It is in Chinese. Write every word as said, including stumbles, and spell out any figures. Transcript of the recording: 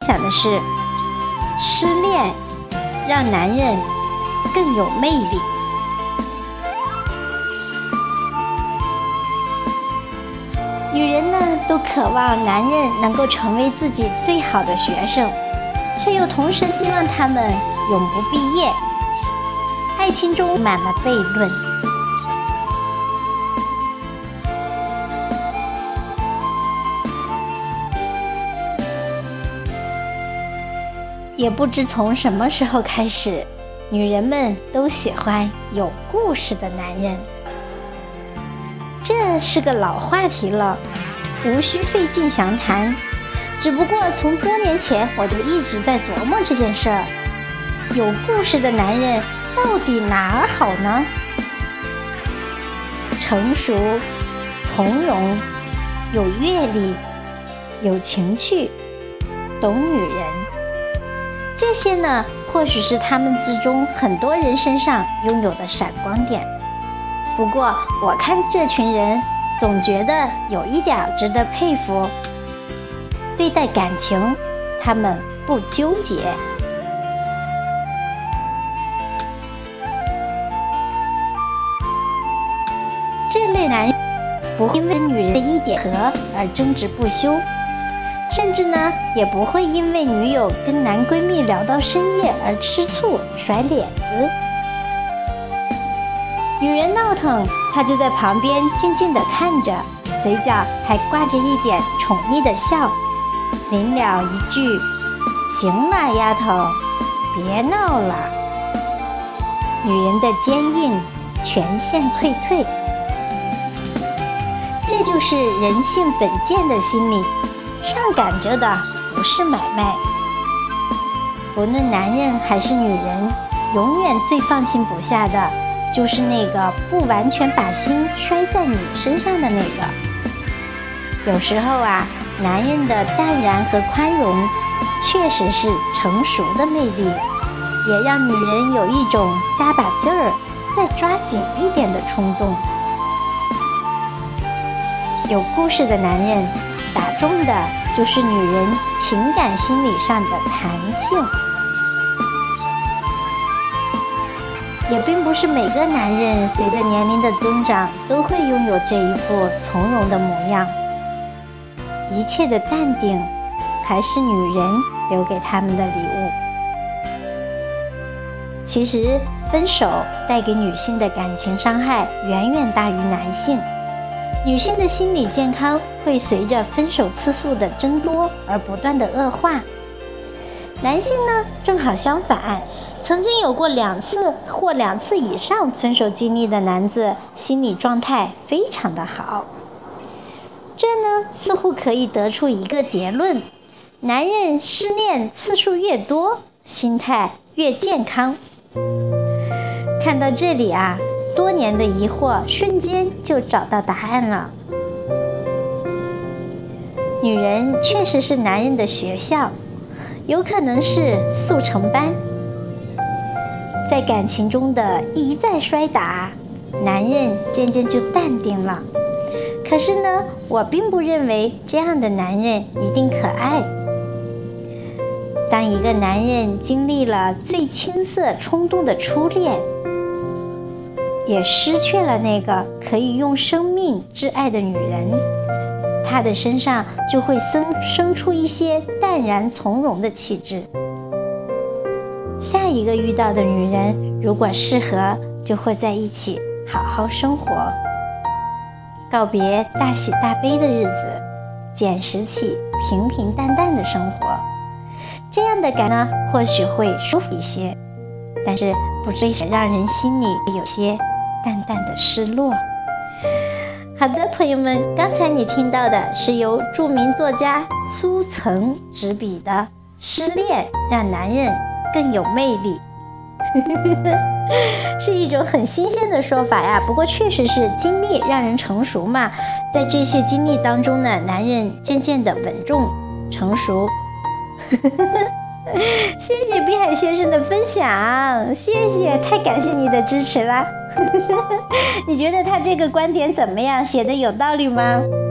享的是，失恋让男人更有魅力。女人呢，都渴望男人能够成为自己最好的学生，却又同时希望他们永不毕业。爱情中满了悖论。也不知从什么时候开始，女人们都喜欢有故事的男人。这是个老话题了，无需费尽详谈。只不过从多年前我就一直在琢磨这件事儿，有故事的男人到底哪儿好呢？成熟、从容、有阅历、有情趣、懂女人，这些呢，或许是他们之中很多人身上拥有的闪光点。不过我看这群人总觉得有一点值得佩服，对待感情他们不纠结。这类男人不会因为女人的一点和而争执不休，甚至呢也不会因为女友跟男闺蜜聊到深夜而吃醋甩脸子。女人闹腾，他就在旁边静静地看着，嘴角还挂着一点宠溺的笑，临了一句：行了，丫头，别闹了。女人的坚硬全线溃退，这就是人性本贱的心理，上赶着的不是买卖。不论男人还是女人，永远最放心不下的就是那个不完全把心摔在你身上的那个。有时候啊，男人的淡然和宽容确实是成熟的魅力，也让女人有一种加把劲儿再抓紧一点的冲动。有故事的男人打中的就是女人情感心理上的弹性。也并不是每个男人随着年龄的增长都会拥有这一副从容的模样，一切的淡定还是女人留给他们的礼物。其实分手带给女性的感情伤害远远大于男性，女性的心理健康会随着分手次数的增多而不断的恶化。男性呢，正好相反，曾经有过两次或两次以上分手经历的男子，心理状态非常的好。这呢，似乎可以得出一个结论：男人失恋次数越多，心态越健康。看到这里啊，多年的疑惑瞬间就找到答案了。女人确实是男人的学校，有可能是速成班。在感情中的一再摔打，男人渐渐就淡定了。可是呢，我并不认为这样的男人一定可爱。当一个男人经历了最青涩冲动的初恋，也失去了那个可以用生命挚爱的女人，他的身上就会生生出一些淡然从容的气质。下一个遇到的女人如果适合，就会在一起好好生活，告别大喜大悲的日子，捡拾起平平淡淡的生活。这样的感呢，或许会舒服一些，但是不至于让人心里有些淡淡的失落。好的，朋友们，刚才你听到的是由著名作家苏岑执笔的《失恋让男人更有魅力》是一种很新鲜的说法呀，不过确实是经历让人成熟嘛。在这些经历当中呢，男人渐渐的稳重成熟。谢谢碧海先生的分享，谢谢，太感谢你的支持啦。你觉得他这个观点怎么样？写的有道理吗？